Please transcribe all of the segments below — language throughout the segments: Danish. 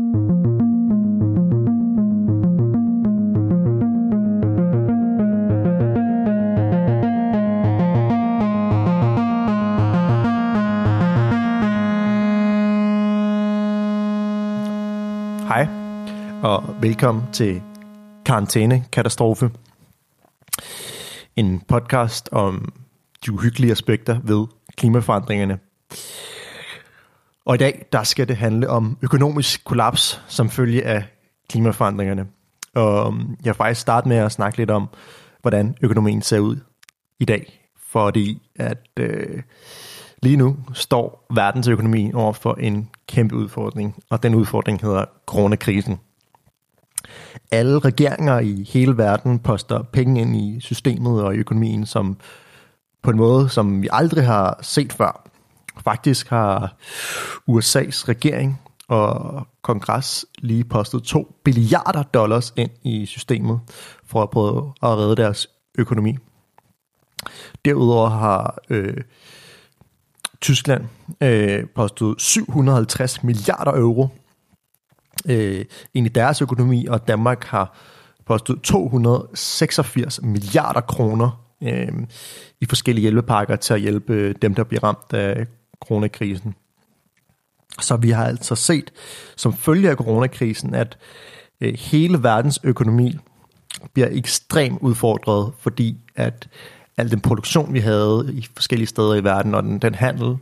Hej, og velkommen til Karantænekatastrofe. En podcast om de uhyggelige aspekter ved klimaforandringerne. Og i dag, der skal det handle om økonomisk kollaps som følge af klimaforandringerne. Og jeg vil faktisk starte med at snakke lidt om, hvordan økonomien ser ud i dag. Fordi at lige nu står verdensøkonomien over for en kæmpe udfordring, og den udfordring hedder coronakrisen. Alle regeringer i hele verden poster penge ind i systemet og i økonomien som på en måde, som vi aldrig har set før. Faktisk har USA's regering og kongres lige postet $2 billiarder ind i systemet for at prøve at redde deres økonomi. Derudover har Tyskland postet 750 milliarder euro ind i deres økonomi, og Danmark har postet 286 milliarder kroner i forskellige hjælpepakker til at hjælpe dem, der bliver ramt af coronakrisen. Så vi har altså set som følge af coronakrisen, at hele verdens økonomi bliver ekstremt udfordret, fordi at al den produktion, vi havde i forskellige steder i verden, og den handel,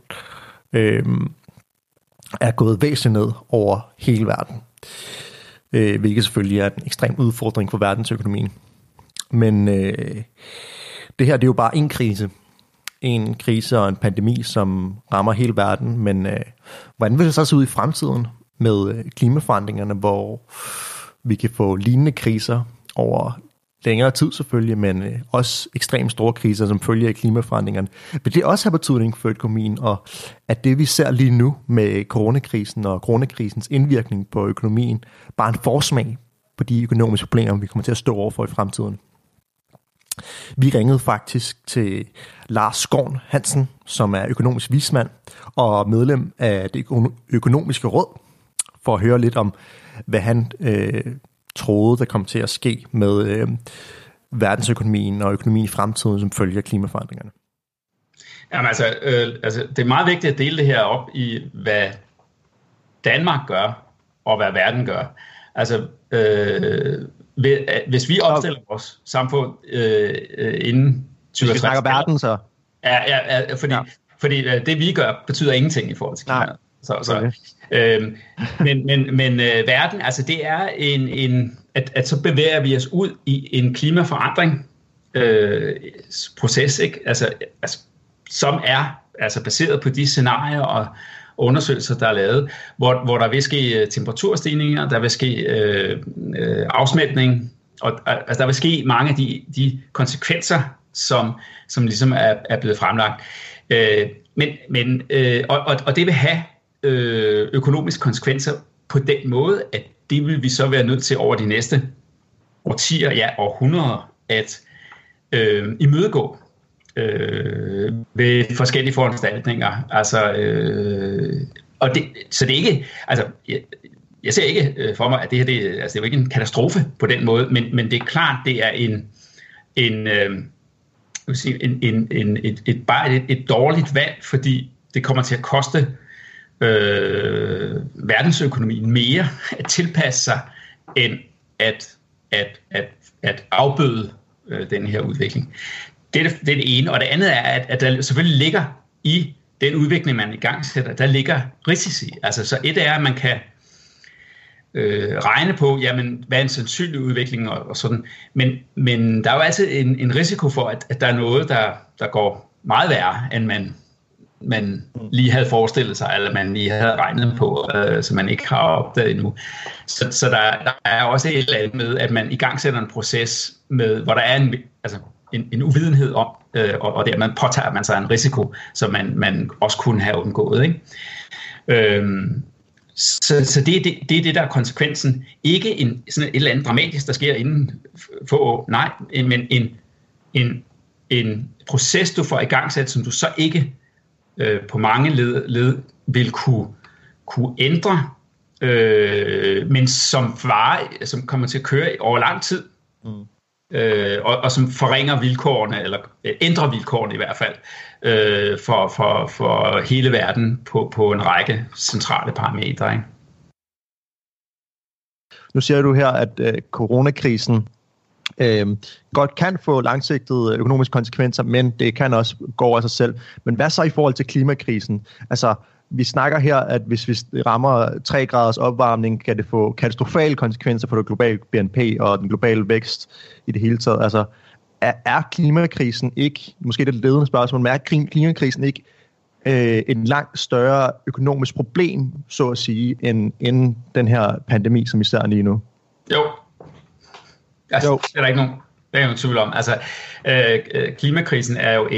er gået væsentligt ned over hele verden. Hvilket selvfølgelig er en ekstrem udfordring for verdensøkonomien. Men det her, det er jo bare en krise. En krise og en pandemi, som rammer hele verden. Men hvordan vil det så se ud i fremtiden med klimaforandringerne, hvor vi kan få lignende kriser over længere tid selvfølgelig, men også ekstremt store kriser som følge af klimaforandringerne. Vil det også have betydning for økonomien, og at det vi ser lige nu med coronakrisen og coronakrisens indvirkning på økonomien, bare en forsmag på de økonomiske problemer, vi kommer til at stå overfor i fremtiden? Vi ringede faktisk til Lars Skov Hansen, som er økonomisk vismand og medlem af det økonomiske råd, for at høre lidt om, hvad han troede, der kom til at ske med verdensøkonomien og økonomien i fremtiden som følge af klimaforandringerne. Jamen altså, det er meget vigtigt at dele det her op i, hvad Danmark gør, og hvad verden gør. Altså, hvis vi opstiller vores samfund inden 2030... Hvis vi snakker verden, så... Fordi det vi gør, betyder ingenting i forhold til klimaet. Men verden, altså det er at så bevæger vi os ud i en klimaforandring proces, ikke? Altså, som er altså baseret på de scenarier og undersøgelser, der er lavet, hvor der vil ske temperaturstigninger, der vil ske afsmeltning, og altså, der vil ske mange af de konsekvenser, som ligesom er blevet fremlagt. Og det vil have økonomiske konsekvenser på den måde, at det vil vi så være nødt til over de næste årtier, ja århundreder, at imødegå ved forskellige foranstaltninger. Altså, så det er ikke, altså, jeg ser ikke for mig, at det her, det er jo ikke en katastrofe på den måde, men det er klart, det er et dårligt valg, fordi det kommer til at koste verdensøkonomien mere at tilpasse sig, end at afbøde den her udvikling. Det er det ene. Og det andet er, at der selvfølgelig ligger i den udvikling, man i gang sætter, der ligger risici. Altså, så et er, at man kan regne på, jamen, hvad er en sandsynlig udvikling og sådan. Men der er jo altid en risiko for, at der er noget, der går meget værre, end man lige havde forestillet sig, eller man lige havde regnet på, som man ikke har opdaget endnu. Så der er også et eller andet med, at man i gang sætter en proces, med, hvor der er en uvidenhed om, og dermed påtager man sig en risiko, som man også kunne have undgået. Ikke? Så det er det, der er konsekvensen. Ikke sådan et eller andet dramatisk, der sker inden få år. Nej, men en proces, du får i gang sat, som du så ikke på mange led vil kunne ændre men som som kommer til at køre over lang tid, og som forringer vilkårene, eller ændrer vilkårene i hvert fald, for hele verden på en række centrale parametre, ikke? Nu siger du her, at coronakrisen godt kan få langsigtede økonomiske konsekvenser, men det kan også gå over sig selv. Men hvad så i forhold til klimakrisen? Altså, vi snakker her, at hvis vi rammer 3 graders opvarmning, kan det få katastrofale konsekvenser for det globale BNP og den globale vækst i det hele taget. Altså, er klimakrisen ikke, måske det er et ledende spørgsmål, men er klimakrisen ikke en langt større økonomisk problem, så at sige, end den her pandemi, som vi ser lige nu? Jo. Altså, det er der ikke nogen tvivl om. Altså, klimakrisen er jo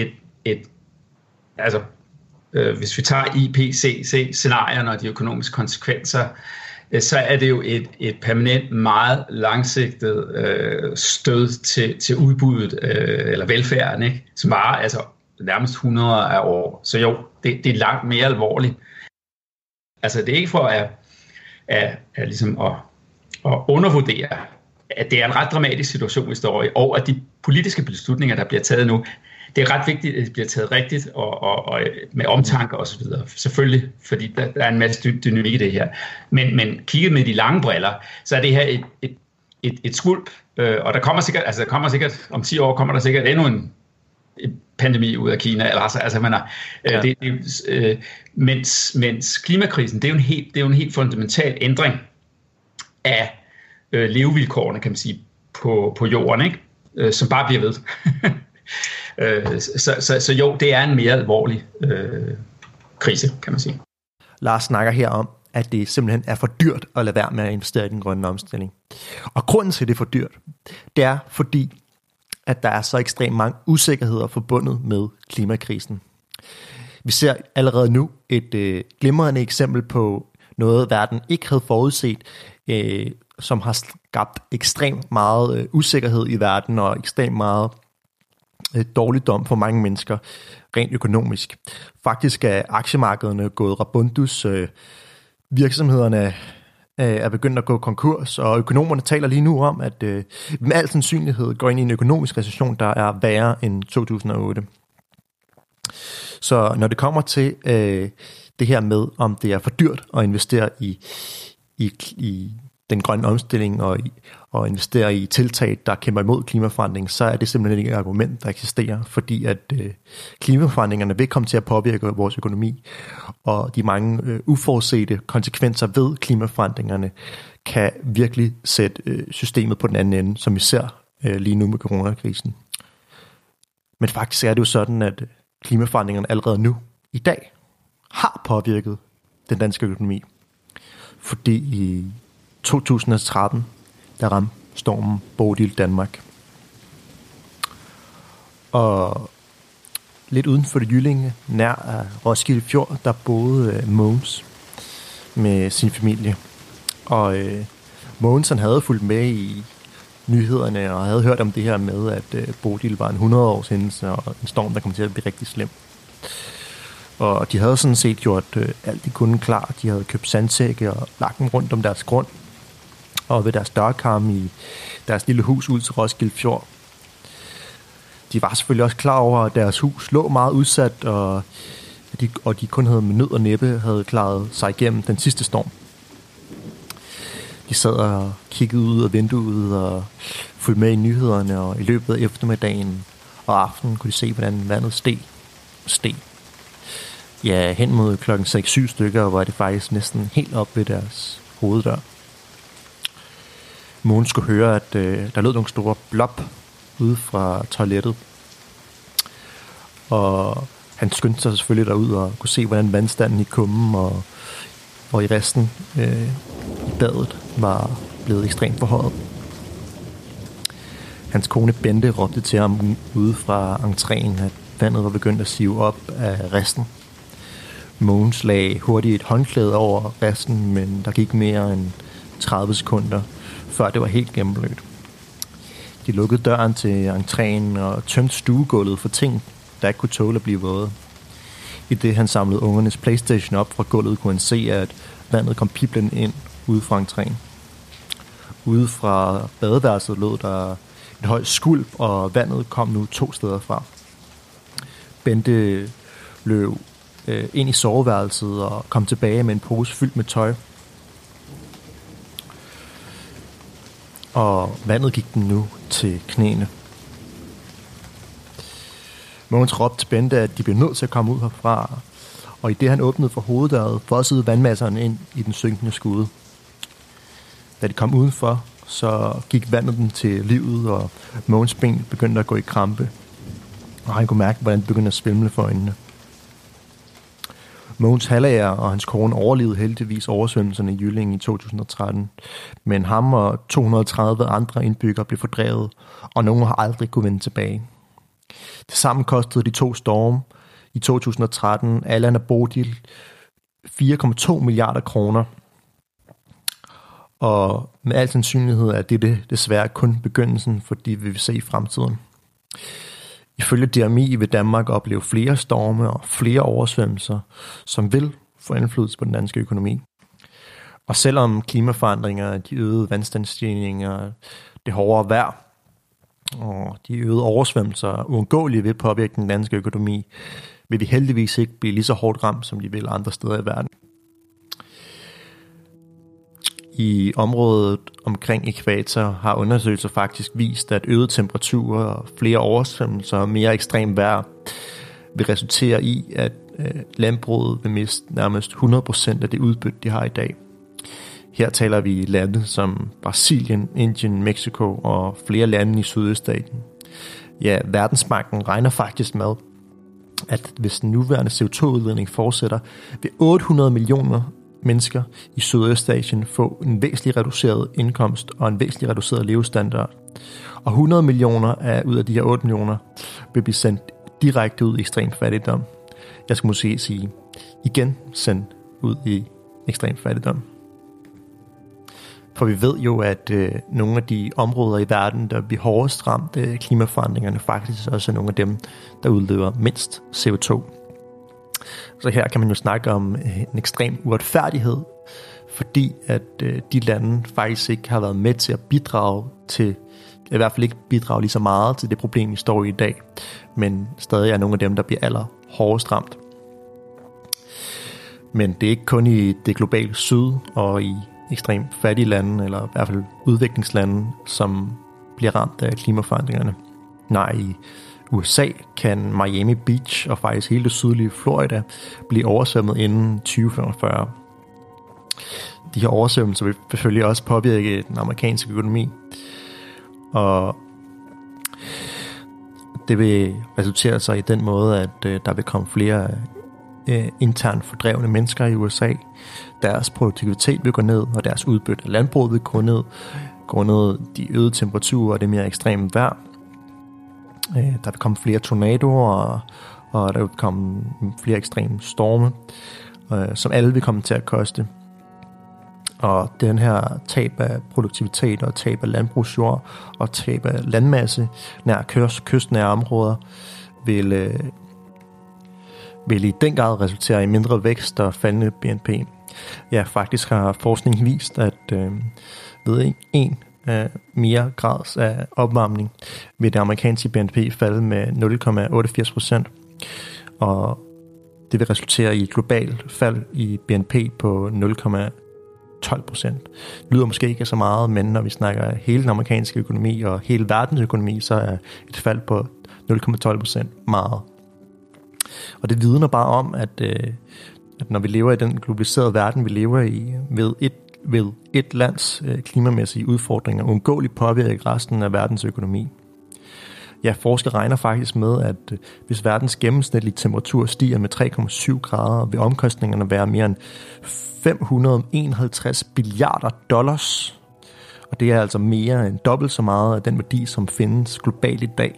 hvis vi tager IPCC-scenarierne og de økonomiske konsekvenser, så er det jo et permanent, meget langsigtet stød til udbuddet, eller velfærden, ikke? Som varer altså nærmest 100 af år. Så jo, det er langt mere alvorligt. Altså, det er ikke for at undervurdere, at det er en ret dramatisk situation, vi står i, og at de politiske beslutninger, der bliver taget nu, det er ret vigtigt, at det bliver taget rigtigt og med omtanke og så videre. Selvfølgelig, fordi der er en masse dynamik i det her. Men kigget med de lange briller, så er det her et skvulp, og der kommer sikkert om 10 år kommer der sikkert endnu en pandemi ud af Kina, mens klimakrisen, det er jo en helt fundamental ændring af levevilkårene, kan man sige, på jorden, ikke? Som bare bliver ved. Så jo, det er en mere alvorlig krise, kan man sige. Lars snakker her om, at det simpelthen er for dyrt at lade være med at investere i den grønne omstilling. Og grunden til, at det er for dyrt, det er fordi, at der er så ekstremt mange usikkerheder forbundet med klimakrisen. Vi ser allerede nu et glimrende eksempel på noget, verden ikke havde forudset, som har skabt ekstremt meget usikkerhed i verden og ekstremt meget dårligdom for mange mennesker, rent økonomisk. Faktisk er aktiemarkederne gået rabundus, virksomhederne er begyndt at gå konkurs, og økonomerne taler lige nu om, at med al sandsynlighed går ind i en økonomisk recession, der er værre end 2008. Så når det kommer til det her med, om det er for dyrt at investere i den grønne omstilling og investere i tiltag, der kæmper imod klimaforandring, så er det simpelthen ikke et argument, der eksisterer, fordi at klimaforandringerne vil komme til at påvirke vores økonomi, og de mange uforudsete konsekvenser ved klimaforandringerne kan virkelig sætte systemet på den anden ende, som vi ser lige nu med coronakrisen. Men faktisk er det jo sådan, at klimaforandringerne allerede nu, i dag, har påvirket den danske økonomi, fordi i 2013, der ramte stormen Bodil Danmark. Og lidt uden for det Jyllinge, nær af Roskilde Fjord, der boede Mogens med sin familie. Og Mogens, han havde fulgt med i nyhederne og havde hørt om det her med, at Bodil var en 100-års hændelse og en storm, der kom til at blive rigtig slem. Og de havde sådan set gjort alt de kunne klar. De havde købt sandsække og lagt dem rundt om deres grund og ved deres dørkarme i deres lille hus ud til Roskilde Fjord. De var selvfølgelig også klar over, at deres hus lå meget udsat, og de kun havde med nød og næppe havde klaret sig igennem den sidste storm. De sad og kiggede ud af vinduet og fulgte med i nyhederne, og i løbet af eftermiddagen og aftenen kunne de se, hvordan vandet steg. Ja, hen mod klokken 6-7 stykker var det faktisk næsten helt op ved deres hoveddør. Mogens skulle høre, at der lød nogle store blop ude fra toilettet. Og han skyndte sig selvfølgelig derud og kunne se, hvordan vandstanden i kummen og i resten i badet var blevet ekstremt forhøjet. Hans kone Bente råbte til ham ude fra entréen, at vandet var begyndt at sive op af resten. Mogens lagde hurtigt et håndklæde over resten, men der gik mere end 30 sekunder, før det var helt gennemblødt. De lukkede døren til entréen og tømte stuegulvet for ting, der ikke kunne tåle at blive våde. I det han samlede ungernes PlayStation op fra gulvet, kunne han se, at vandet kom piblen ind ude fra entréen. Ude fra badeværelset lød der et højt skulp, og vandet kom nu 2 steder fra. Bente løb ind i soveværelset og kom tilbage med en pose fyldt med tøj. Og vandet gik den nu til knæene. Mogens råbte til Bente, at de blev nødt til at komme ud herfra, og i det han åbnede for hoveddøret, fossede vandmasserne ind i den synkende skude. Da de kom udenfor, så gik vandet den til livet, og Mogens ben begyndte at gå i krampe, og han kunne mærke, hvordan det begyndte at svimle for øjnene. Mogens Hallager og hans kone overlevede heldigvis oversvømmelserne i Jyllinge i 2013, men ham og 230 andre indbyggere blev fordrevet, og nogen har aldrig kunne vende tilbage. Tilsammen kostede de 2 storme i 2013 Allan og Bodil 4,2 milliarder kroner, og med al sandsynlighed er det desværre kun begyndelsen for det, vi vil se i fremtiden. Ifølge DMI vil Danmark opleve flere storme og flere oversvømmelser, som vil få indflydelse på den danske økonomi. Og selvom klimaforandringer, de øgede vandstandsstigninger, det hårdere vejr og de øgede oversvømmelser uundgåeligt vil påvirke den danske økonomi, vil vi heldigvis ikke blive lige så hårdt ramt, som de vil andre steder i verden. I området omkring ækvator har undersøgelser faktisk vist, at øgede temperaturer, flere oversvømmelser og mere ekstrem vejr vil resultere i, at landbruget vil miste nærmest 100% af det udbytte, de har i dag. Her taler vi lande som Brasilien, Indien, Mexico og flere lande i Sydøstasien. Ja, Verdensbanken regner faktisk med, at hvis den nuværende CO2-udledning fortsætter, vil 800 millioner mennesker i Sydøstasien få en væsentligt reduceret indkomst og en væsentligt reduceret levestandard. Og 100 millioner ud af de her 8 millioner vil blive sendt direkte ud i ekstrem fattigdom. Jeg skal måske sige igen sendt ud i ekstrem fattigdom. For vi ved jo, at nogle af de områder i verden, der bliver hårdest ramt af klimaforandringerne, faktisk også er nogle af dem, der udleder mindst CO2. Så her kan man jo snakke om en ekstrem uretfærdighed, fordi at de lande faktisk ikke har været med til at bidrage til, i hvert fald ikke bidrage lige så meget til det problem, vi står i dag, men stadig er nogle af dem, der bliver allerhårdest ramt. Men det er ikke kun i det globale syd og i ekstremt fattige lande, eller i hvert fald udviklingslande, som bliver ramt af klimaforandringerne. Nej, i USA kan Miami Beach og faktisk hele det sydlige Florida blive oversvømmet inden 2045. De her oversvømmelser vil selvfølgelig også påvirke den amerikanske økonomi, og det vil resultere sig i den måde, at der vil komme flere internt fordrevne mennesker i USA. Deres produktivitet vil gå ned, og deres udbytte af landbruget vil gå ned, grundet de øgede temperaturer og det mere ekstreme vejr. Der vil komme flere tornadoer, og der vil komme flere ekstreme storme, som alle vil komme til at koste. Og den her tab af produktivitet og tab af landbrugsjord og tab af landmasse nær kystnære områder vil i den grad resultere i mindre vækst og faldende BNP. Ja, faktisk har forskning vist, at ved en mere grads af opvarmning vil det amerikanske BNP falde med 0,88%, og det vil resultere i et globalt fald i BNP på 0,12%. Det lyder måske ikke så meget, men når vi snakker hele den amerikanske økonomi og hele verdens økonomi, så er et fald på 0,12% meget. Og det vidner bare om, at når vi lever i den globaliserede verden, vi lever i, ved et lands klimamæssige udfordringer uundgåeligt påvirke resten af verdens økonomi. Ja, forskere regner faktisk med, at hvis verdens gennemsnitlige temperatur stiger med 3,7 grader, vil omkostningerne være mere end 551 billiarder dollars. Og det er altså mere end dobbelt så meget af den værdi, som findes globalt i dag.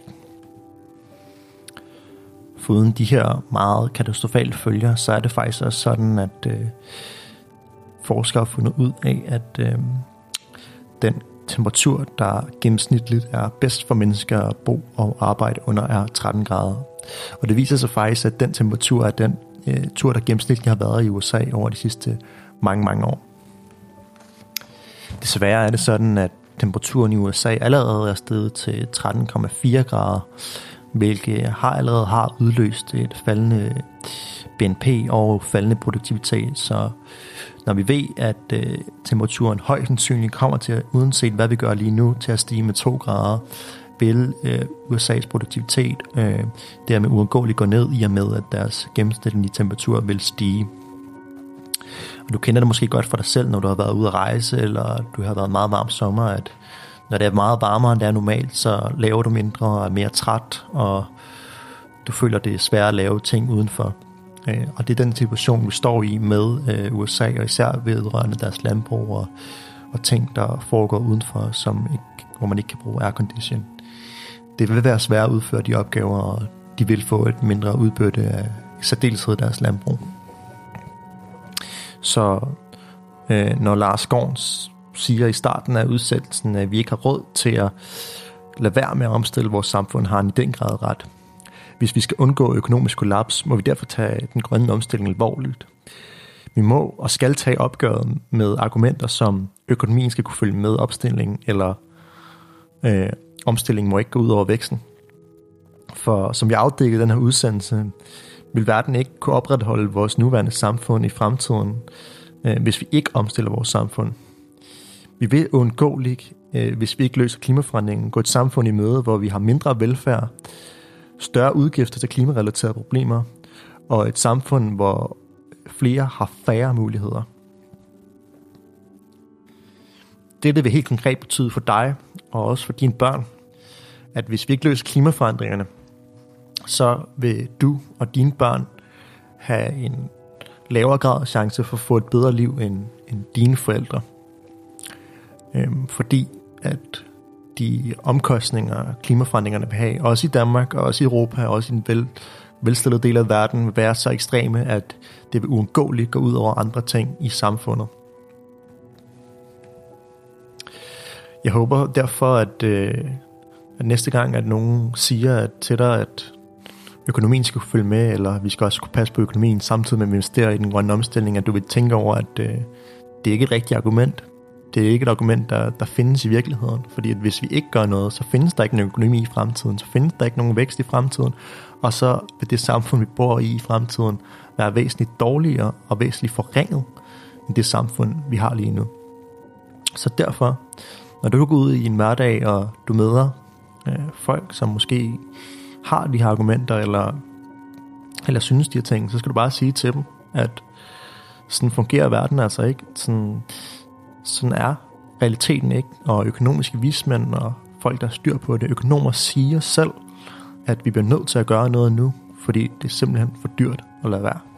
Foruden de her meget katastrofale følger, så er det faktisk også sådan, at forskere har fundet ud af, at den temperatur, der gennemsnitligt er bedst for mennesker at bo og arbejde under, er 13 grader. Og det viser sig faktisk, at den temperatur er den der gennemsnitligt har været i USA over de sidste mange, mange år. Desværre er det sådan, at temperaturen i USA allerede er steget til 13,4 grader, hvilket allerede har udløst et faldende BNP og faldende produktivitet. Så når vi ved, at temperaturen højst sandsynligt kommer til, uanset hvad vi gør lige nu, til at stige med 2 grader, vil USA's produktivitet dermed uundgåeligt gå ned, i og med, at deres gennemsnitlige temperatur vil stige. Og du kender det måske godt for dig selv, når du har været ude at rejse, eller du har været meget varm sommer, at når det er meget varmere, end det er normalt, så laver du mindre og er mere træt, og du føler, det er svært at lave ting udenfor. Og det er den situation, vi står i med USA, og især vedrørende deres landbrug og ting, der foregår udenfor, hvor man ikke kan bruge aircondition. Det vil være svært at udføre de opgaver, og de vil få et mindre udbytte af særdeleshed deres landbrug. Så når Lars Gorns siger i starten af udsættelsen, at vi ikke har råd til at lade være med at omstille vores samfund, har han i den grad ret. Hvis vi skal undgå økonomisk kollaps, må vi derfor tage den grønne omstilling alvorligt. Vi må og skal tage opgøret med argumenter som økonomien skal kunne følge med opstillingen, eller omstillingen må ikke gå ud over væksten. For som vi afdækkede den her udsendelse, vil verden ikke kunne opretholde vores nuværende samfund i fremtiden, hvis vi ikke omstiller vores samfund. Vi vil uundgåeligt, hvis vi ikke løser klimaforandringen, gå et samfund i møde, hvor vi har mindre velfærd, større udgifter til klimarelaterede problemer, og et samfund, hvor flere har færre muligheder. Det vil helt konkret betyde for dig, og også for dine børn, at hvis vi ikke løser klimaforandringerne, så vil du og dine børn have en lavere grad af chance for at få et bedre liv end dine forældre. Fordi at de omkostninger, klimaforandringerne vil have, også i Danmark og også i Europa og også i en velstillet del af verden, vil være så ekstreme, at det vil uundgåeligt gå ud over andre ting i samfundet. Jeg håber derfor, at næste gang, at nogen siger til dig, at økonomien skal følge med, eller vi skal også kunne passe på økonomien samtidig med at investere i den grønne omstilling, at du vil tænke over, at det er ikke et rigtigt argument. Det er ikke et argument, der findes i virkeligheden. Fordi at hvis vi ikke gør noget, så findes der ikke nogen økonomi i fremtiden, så findes der ikke nogen vækst i fremtiden, og så vil det samfund, vi bor i fremtiden, være væsentligt dårligere og væsentligt forringet end det samfund, vi har lige nu. Så derfor, når du går ud i en hverdag, og du møder folk, som måske har de her argumenter, eller synes de her ting, så skal du bare sige til dem, at sådan fungerer verden altså ikke. Sådan er realiteten ikke, og økonomiske vismænd og folk, der styr på det, økonomer siger selv, at vi bliver nødt til at gøre noget nu, fordi det er simpelthen for dyrt at lade være.